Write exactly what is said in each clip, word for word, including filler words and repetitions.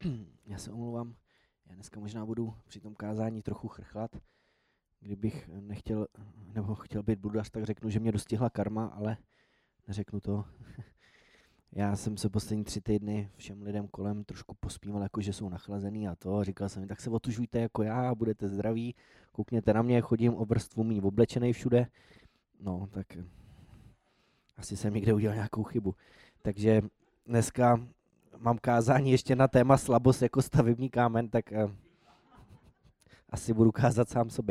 Já se omlouvám, já dneska možná budu při tom kázání trochu chrchlat. Kdybych nechtěl, nebo chtěl být bludař, tak řeknu, že mě dostihla karma, ale neřeknu to. Já jsem se poslední tři týdny všem lidem kolem trošku pospíval, jako že jsou nachlazený a to. Říkal jsem jim, tak se otužujte jako já, budete zdraví, koukněte na mě, chodím o vrstvu míň oblečenej všude. No, tak asi jsem někde udělal nějakou chybu. Takže dneska mám kázání ještě na téma slabost jako stavební kámen, tak uh, asi budu kázat sám sobě.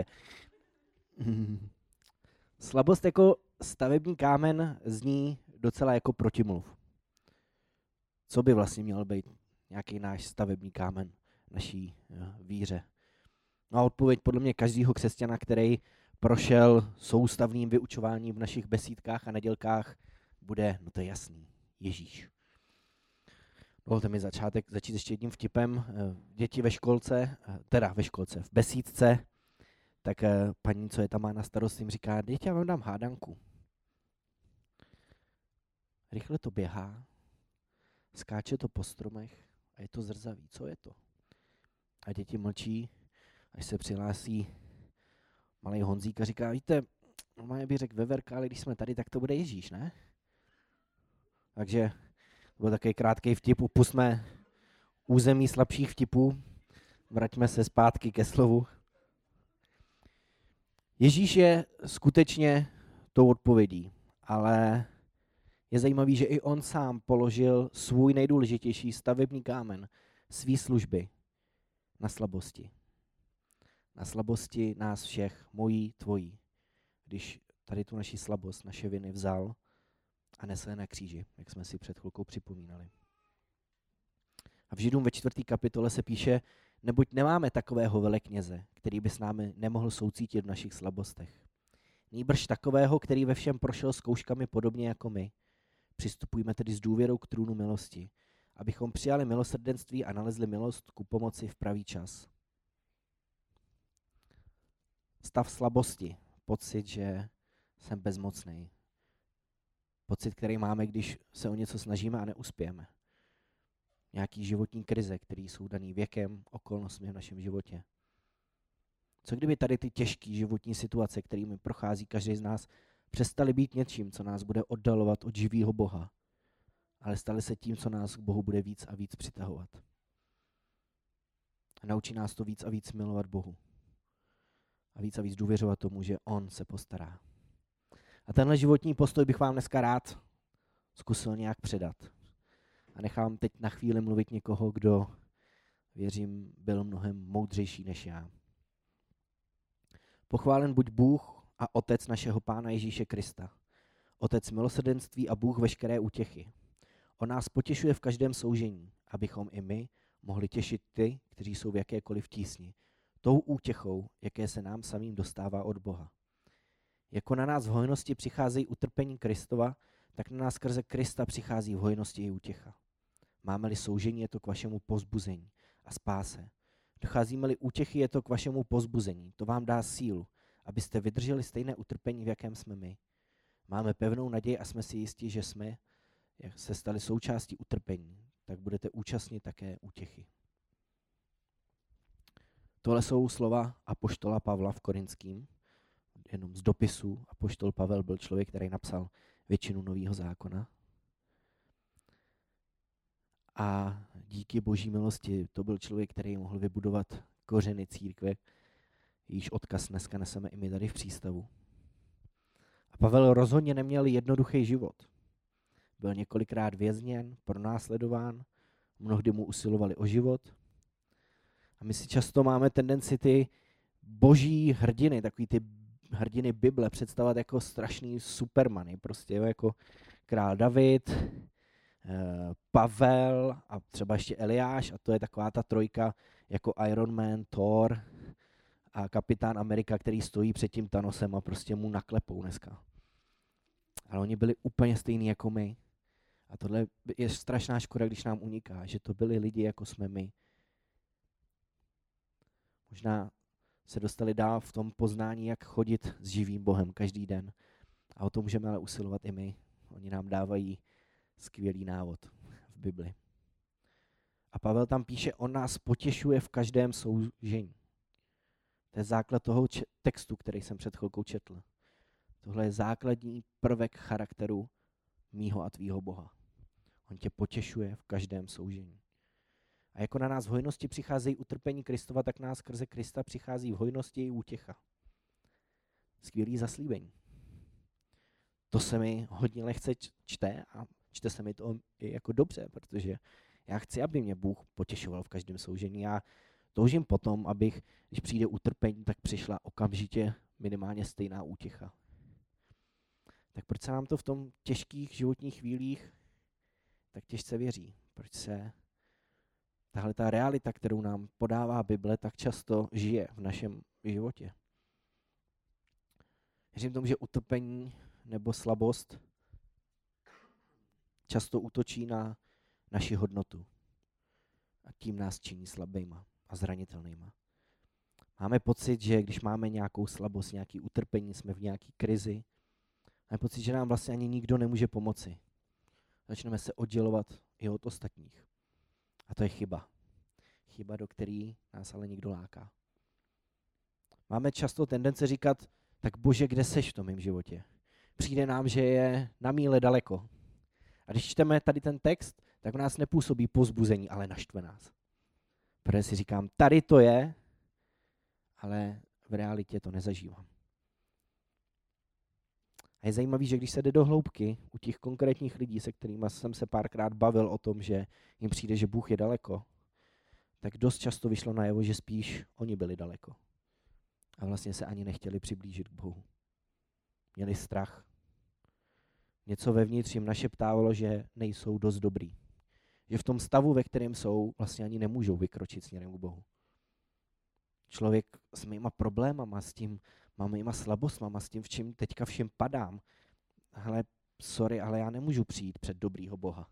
Slabost jako stavební kámen zní docela jako protimluv. Co by vlastně měl být nějaký náš stavební kámen naší uh, víře? No a odpověď podle mě každého křesťana, který prošel soustavným vyučováním v našich besídkách a nedělkách, bude, no to je jasný, Ježíš. Dovolte mi začátek, začít ještě jedním vtipem. Děti ve školce, teda ve školce, v besídce, tak paní, co je tam má na starost, jim říká, děti, já vám dám hádanku. Rychle to běhá, skáče to po stromech a je to zrzavý. Co je to? A děti mlčí, až se přihlásí malej Honzík a říká, víte, normálně bych řekl veverka, ale když jsme tady, tak to bude Ježíš, ne? Takže byl takový krátký vtip, upustme území slabších vtipů, vraťme se zpátky ke slovu. Ježíš je skutečně tou odpovědí, ale je zajímavý, že i on sám položil svůj nejdůležitější stavební kámen svý služby na slabosti. Na slabosti nás všech, mojí, tvojí. Když tady tu naši slabost, naše viny vzal a nesl na kříži, jak jsme si před chvilkou připomínali. A v Židům ve čtvrté kapitole se píše, neboť nemáme takového velekněze, který by s námi nemohl soucítit v našich slabostech. Nýbrž takového, který ve všem prošel zkouškami podobně jako my. Přistupujme tedy s důvěrou k trůnu milosti, abychom přijali milosrdenství a nalezli milost ku pomoci v pravý čas. Stav slabosti, pocit, že jsem bezmocný. Pocit, který máme, když se o něco snažíme a neuspějeme. Nějaký životní krize, které jsou daný věkem, okolnostmi v našem životě. Co kdyby tady ty těžké životní situace, kterými prochází každý z nás, přestaly být něčím, co nás bude oddalovat od živého Boha, ale staly se tím, co nás k Bohu bude víc a víc přitahovat. A naučí nás to víc a víc milovat Bohu. A víc a víc důvěřovat tomu, že On se postará. A tenhle životní postoj bych vám dneska rád zkusil nějak předat. A nechám teď na chvíli mluvit někoho, kdo, věřím, byl mnohem moudřejší než já. Pochválen buď Bůh a Otec našeho Pána Ježíše Krista. Otec milosrdenství a Bůh veškeré útěchy. On nás potěšuje v každém soužení, abychom i my mohli těšit ty, kteří jsou v jakékoliv tísni, tou útěchou, jaké se nám samým dostává od Boha. Jako na nás v hojnosti přicházejí utrpení Kristova, tak na nás skrze Krista přichází v hojnosti i útěcha. Máme-li soužení, je to k vašemu povzbuzení a spáse. Docházíme-li útěchy, je to k vašemu povzbuzení. To vám dá sílu, abyste vydrželi stejné utrpení, v jakém jsme my. Máme pevnou naději a jsme si jistí, že jsme jak se stali součástí utrpení, tak budete účastní také útěchy. Tohle jsou slova apoštola Pavla v Korinským, jenom z dopisu. Apoštol Pavel byl člověk, který napsal většinu Nového zákona. A díky Boží milosti to byl člověk, který mohl vybudovat kořeny církve, jejíž odkaz dneska neseme i my tady v přístavu. A Pavel rozhodně neměl jednoduchý život. Byl několikrát vězněn, pronásledován, mnohdy mu usilovali o život. A my si často máme tendenci ty boží hrdiny, takový ty hrdiny Bible představovat jako strašný supermany, prostě jako král David, Pavel a třeba ještě Eliáš, a to je taková ta trojka jako Iron Man, Thor a Kapitán Amerika, který stojí před tím Thanosem a prostě mu naklepou dneska. Ale oni byli úplně stejní jako my. A tohle je strašná škoda, když nám uniká, že to byli lidi, jako jsme my. Možná se dostali dál v tom poznání, jak chodit s živým Bohem každý den. A o tom můžeme ale usilovat i my. Oni nám dávají skvělý návod v Bibli. A A Pavel tam píše, on nás potěšuje v každém soužení. To je základ toho č- textu, který jsem před chvilkou četl. Tohle je základní prvek charakteru mýho a tvýho Boha. On tě potěšuje v každém soužení. A jako na nás v hojnosti přicházejí utrpení Kristova, tak nás skrze Krista přichází v hojnosti i útěcha. Skvělý zaslíbení. To se mi hodně lehce čte a čte se mi to i jako dobře, protože já chci, aby mě Bůh potěšoval v každém soužení. Já toužím potom, abych, když přijde utrpení, tak přišla okamžitě minimálně stejná útěcha. Tak proč se nám to v tom těžkých životních chvílích tak těžce věří? Proč se tahle ta realita, kterou nám podává Bible, tak často žije v našem životě? Věřím tomu, že utrpení nebo slabost často útočí na naši hodnotu a tím nás činí slabýma a zranitelnýma. Máme pocit, že když máme nějakou slabost, nějaký utrpení, jsme v nějaký krizi, máme pocit, že nám vlastně ani nikdo nemůže pomoci. Začneme se oddělovat i od ostatních. A to je chyba. Chyba, do které nás ale nikdo láká. Máme často tendence říkat, tak Bože, kde seš v tom mém životě? Přijde nám, že je na míle daleko. A když čteme tady ten text, tak v nás nepůsobí povzbuzení, ale naštve nás. Protože si říkám, tady to je, ale v realitě to nezažívám. A je zajímavé, že když se jde do hloubky u těch konkrétních lidí, se kterými jsem se párkrát bavil o tom, že jim přijde, že Bůh je daleko, tak dost často vyšlo najevo, že spíš oni byli daleko. A vlastně se ani nechtěli přiblížit k Bohu. Měli strach. Něco vevnitř jim našeptávalo, že nejsou dost dobrý. Že v tom stavu, ve kterém jsou, vlastně ani nemůžou vykročit směrem k Bohu. Člověk s mýma problémama, s tím mýma slabostma, s tím, v čím teďka všem padám. Hele, sorry, ale já nemůžu přijít před dobrýho Boha.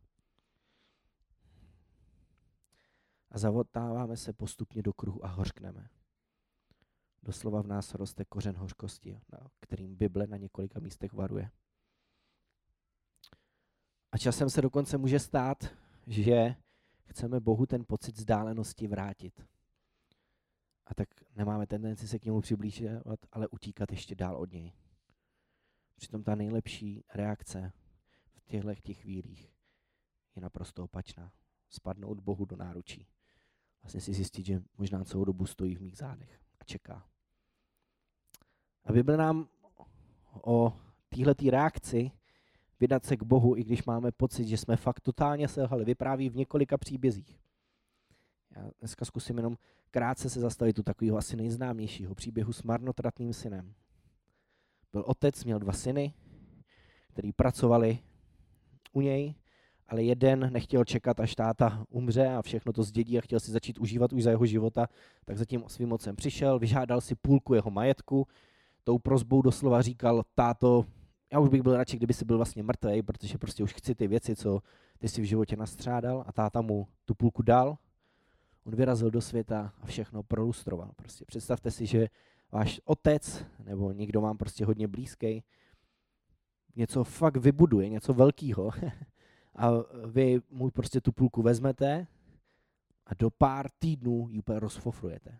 A zavotáváme se postupně do kruhu a hořkneme. Doslova v nás roste kořen hořkosti, kterým Bible na několika místech varuje. A časem se dokonce může stát, že chceme Bohu ten pocit vzdálenosti vrátit. A tak nemáme tendenci se k němu přiblížovat, ale utíkat ještě dál od něj. Přitom ta nejlepší reakce v těchto těch chvílích je naprosto opačná. Spadnout Bohu do náručí. Vlastně si zjistit, že možná celou dobu stojí v mých zádech a čeká. A Bible nám o téhletý reakci vydat se k Bohu, i když máme pocit, že jsme fakt totálně selhali, vypráví v několika příbězích. Já dneska zkusím jenom krátce se zastavit u takového asi nejznámějšího příběhu s marnotratným synem. Byl otec, měl dva syny, který pracovali u něj, ale jeden nechtěl čekat, až táta umře a všechno to zdědí a chtěl si začít užívat už za jeho života, tak za tím svým otcem přišel, vyžádal si půlku jeho majetku, tou prosbou doslova říkal, táto, já už bych byl radši, kdyby si byl vlastně mrtvej, protože prostě už chci ty věci, co ty si v životě nastřádal, a táta mu tu půlku dal. On vyrazil do světa a všechno prolustroval. Prostě představte si, že váš otec nebo někdo vám prostě hodně blízký něco fakt vybuduje, něco velkého a vy mu prostě tu půlku vezmete a do pár týdnů ji úplně rozfofrujete.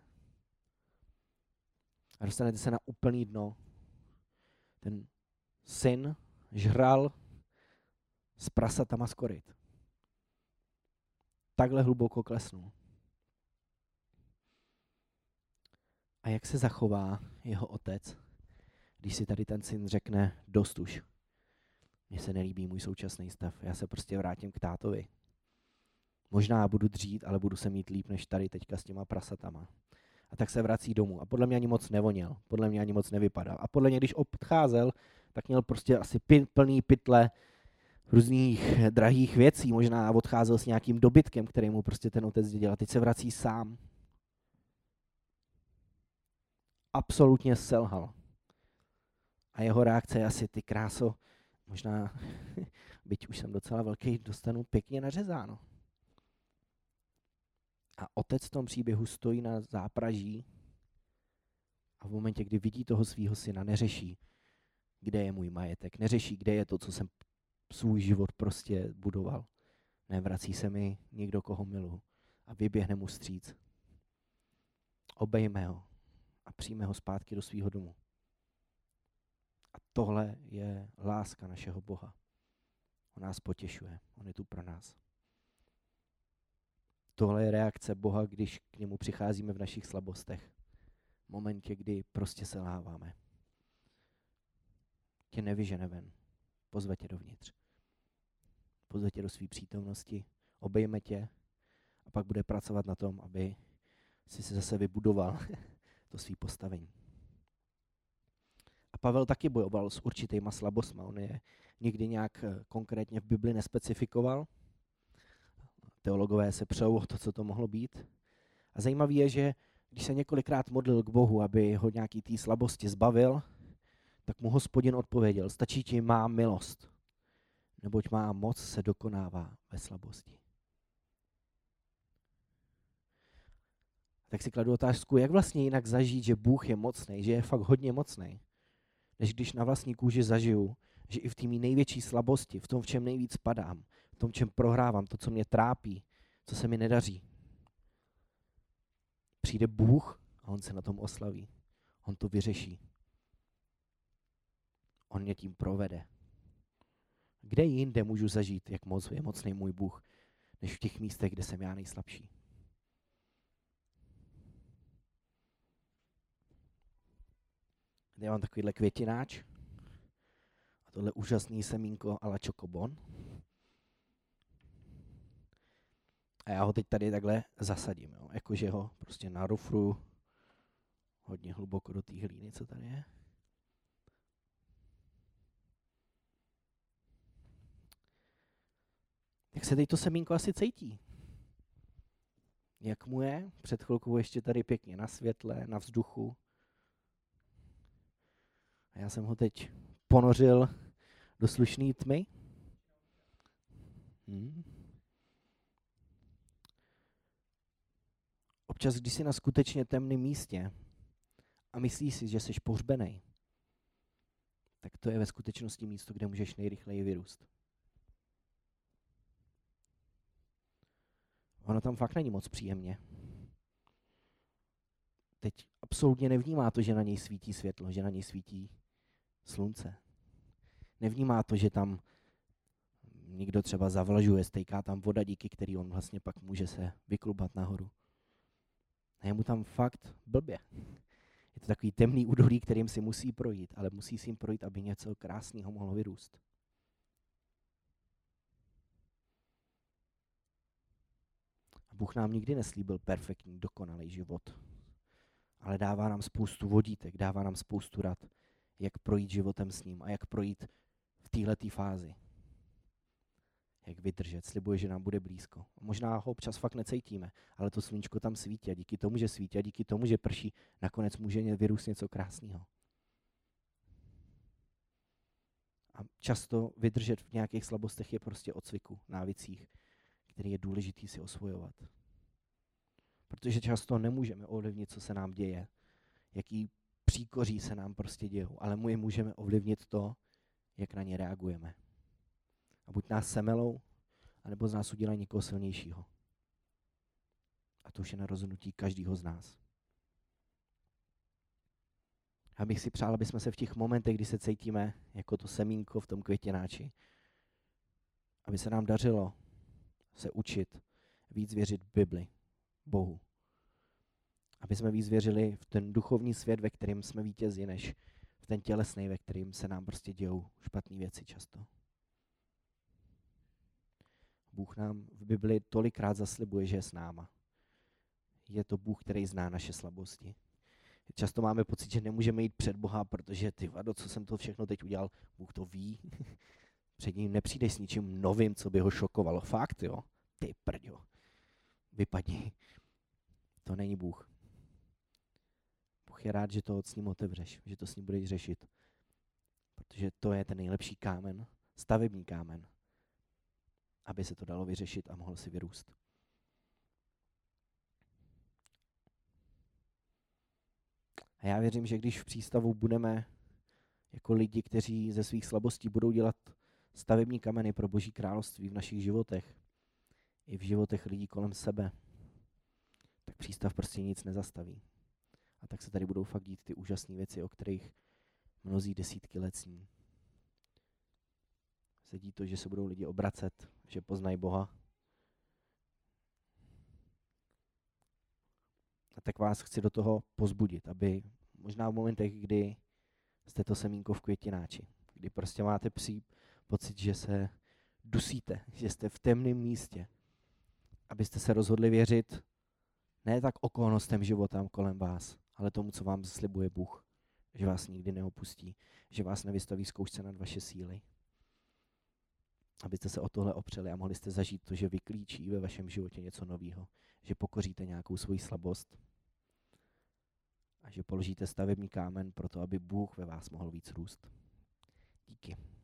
A dostanete se na úplný dno. Ten syn žral s prasatama z koryt. Takhle hluboko klesnul. A jak se zachová jeho otec, když si tady ten syn řekne, dost už, mně se nelíbí můj současný stav, já se prostě vrátím k tátovi. Možná budu dřít, ale budu se mít líp než tady teďka s těma prasatama. A tak se vrací domů. A podle mě ani moc nevoněl, podle mě ani moc nevypadal. A podle mě, když odcházel, tak měl prostě asi plný pytle různých drahých věcí, možná odcházel s nějakým dobytkem, který mu prostě ten otec dělal. A teď se vrací sám. Absolutně selhal. A jeho reakce je asi, ty kráso, možná, byť už jsem docela velký, dostanu pěkně nařezáno. A otec v tom příběhu stojí na zápraží a v momentě, kdy vidí toho svého syna, neřeší, kde je můj majetek, neřeší, kde je to, co jsem svůj život prostě budoval. Nevrací se mi někdo, koho miluji, a vyběhne mu vstříc. Obejme ho a přijme ho zpátky do svého domu. A tohle je láska našeho Boha. On nás potěšuje, on je tu pro nás. Tohle je reakce Boha, když k němu přicházíme v našich slabostech. V momentě, kdy prostě selháváme. Tě nevyžene ven, pozve tě dovnitř. Pozve tě do své přítomnosti, obejme tě a pak bude pracovat na tom, aby si se zase vybudoval to svý postavení. A Pavel taky bojoval s určitýma slabostma. On je nikdy nějak konkrétně v Bibli nespecifikoval. Teologové se přou o to, co to mohlo být. A zajímavé je, že když se několikrát modlil k Bohu, aby ho nějaký té slabosti zbavil, tak mu Hospodin odpověděl, stačí ti má milost, neboť má moc se dokonává ve slabosti. Tak si kladu otázku, jak vlastně jinak zažít, že Bůh je mocný, že je fakt hodně mocný, než když na vlastní kůži zažiju, že i v té mý největší slabosti, v tom, v čem nejvíc padám, v tom, v čem prohrávám, to, co mě trápí, co se mi nedaří, přijde Bůh a on se na tom oslaví. On to vyřeší. On mě tím provede. Kde jinde můžu zažít, jak moc je mocný můj Bůh, než v těch místech, kde jsem já nejslabší. Já mám takovýhle květináč a tohle úžasný semínko a la Chocobon. A já ho teď tady takhle zasadím, jo? Jakože ho prostě narufruju hodně hluboko do té hlíny, co tady je. Jak se teď to semínko asi cítí? Jak mu je? Před chvilkou ještě tady pěkně na světle, na vzduchu. A já jsem ho teď ponořil do slušné tmy. Hmm. Občas, když jsi na skutečně temném místě a myslíš si, že jsi pohřbenej, tak to je ve skutečnosti místo, kde můžeš nejrychleji vyrůst. Ono tam fakt není moc příjemně. Teď absolutně nevnímá to, že na něj svítí světlo, že na něj svítí slunce. Nevnímá to, že tam někdo třeba zavlažuje, stejká tam voda, díky který on vlastně pak může se vyklubat nahoru. A je mu tam fakt blbě. Je to takový temný údolí, kterým si musí projít, ale musí si jim projít, aby něco krásného mohlo vyrůst. A Bůh nám nikdy neslíbil perfektní, dokonalý život. Ale dává nám spoustu vodítek, dává nám spoustu rad, jak projít životem s ním a jak projít v téhletý fázi. Jak vydržet, slibuje, že nám bude blízko. A možná ho občas fakt necítíme, ale to sluníčko tam svítí a díky tomu, že svítí a díky tomu, že prší, nakonec může vyrůst něco krásného. A často vydržet v nějakých slabostech je prostě o cviku, návicích, který je důležitý si osvojovat. Protože často nemůžeme ovlivnit, co se nám děje, jaký příkoří se nám prostě dějou, ale my můžeme ovlivnit to, jak na ně reagujeme. A buď nás semelou, anebo z nás udělají někoho silnějšího. A to už je na rozhodnutí každého z nás. Já bych si přál, aby jsme se v těch momentech, kdy se cítíme jako to semínko v tom květináči, aby se nám dařilo se učit víc věřit Bibli, Bohu. Aby jsme víc věřili v ten duchovní svět, ve kterém jsme vítězi, než v ten tělesný, ve kterém se nám prostě dějou špatné věci často. Bůh nám v Bibli tolikrát zaslibuje, že je s náma. Je to Bůh, který zná naše slabosti. Často máme pocit, že nemůžeme jít před Boha, protože ty vado, co jsem to všechno teď udělal, Bůh to ví. Před ním nepřijdeš s ničím novým, co by ho šokovalo. Fakt, jo? Ty prďo. Vypadni. To není Bůh. Bůh je rád, že to s ním otevřeš, že to s ním budeš řešit. Protože to je ten nejlepší kámen, stavební kámen, aby se to dalo vyřešit a mohl si vyrůst. A já věřím, že když v přístavu budeme jako lidi, kteří ze svých slabostí budou dělat stavební kameny pro Boží království v našich životech, i v životech lidí kolem sebe, tak přístav prostě nic nezastaví. A tak se tady budou fakt dít ty úžasné věci, o kterých mnozí desítky let sní. Sedí to, že se budou lidi obracet, že poznají Boha. A tak vás chci do toho pozbudit, aby možná v momentech, kdy jste to semínko v květináči, kdy prostě máte psí pocit, že se dusíte, že jste v temném místě, abyste se rozhodli věřit ne tak okolnostem života kolem vás, ale tomu, co vám slibuje Bůh, že vás nikdy neopustí, že vás nevystaví zkoušce nad vaše síly. Abyste se o tohle opřeli a mohli jste zažít to, že vyklíčí ve vašem životě něco nového, že pokoříte nějakou svoji slabost a že položíte stavební kámen pro to, aby Bůh ve vás mohl víc růst. Díky.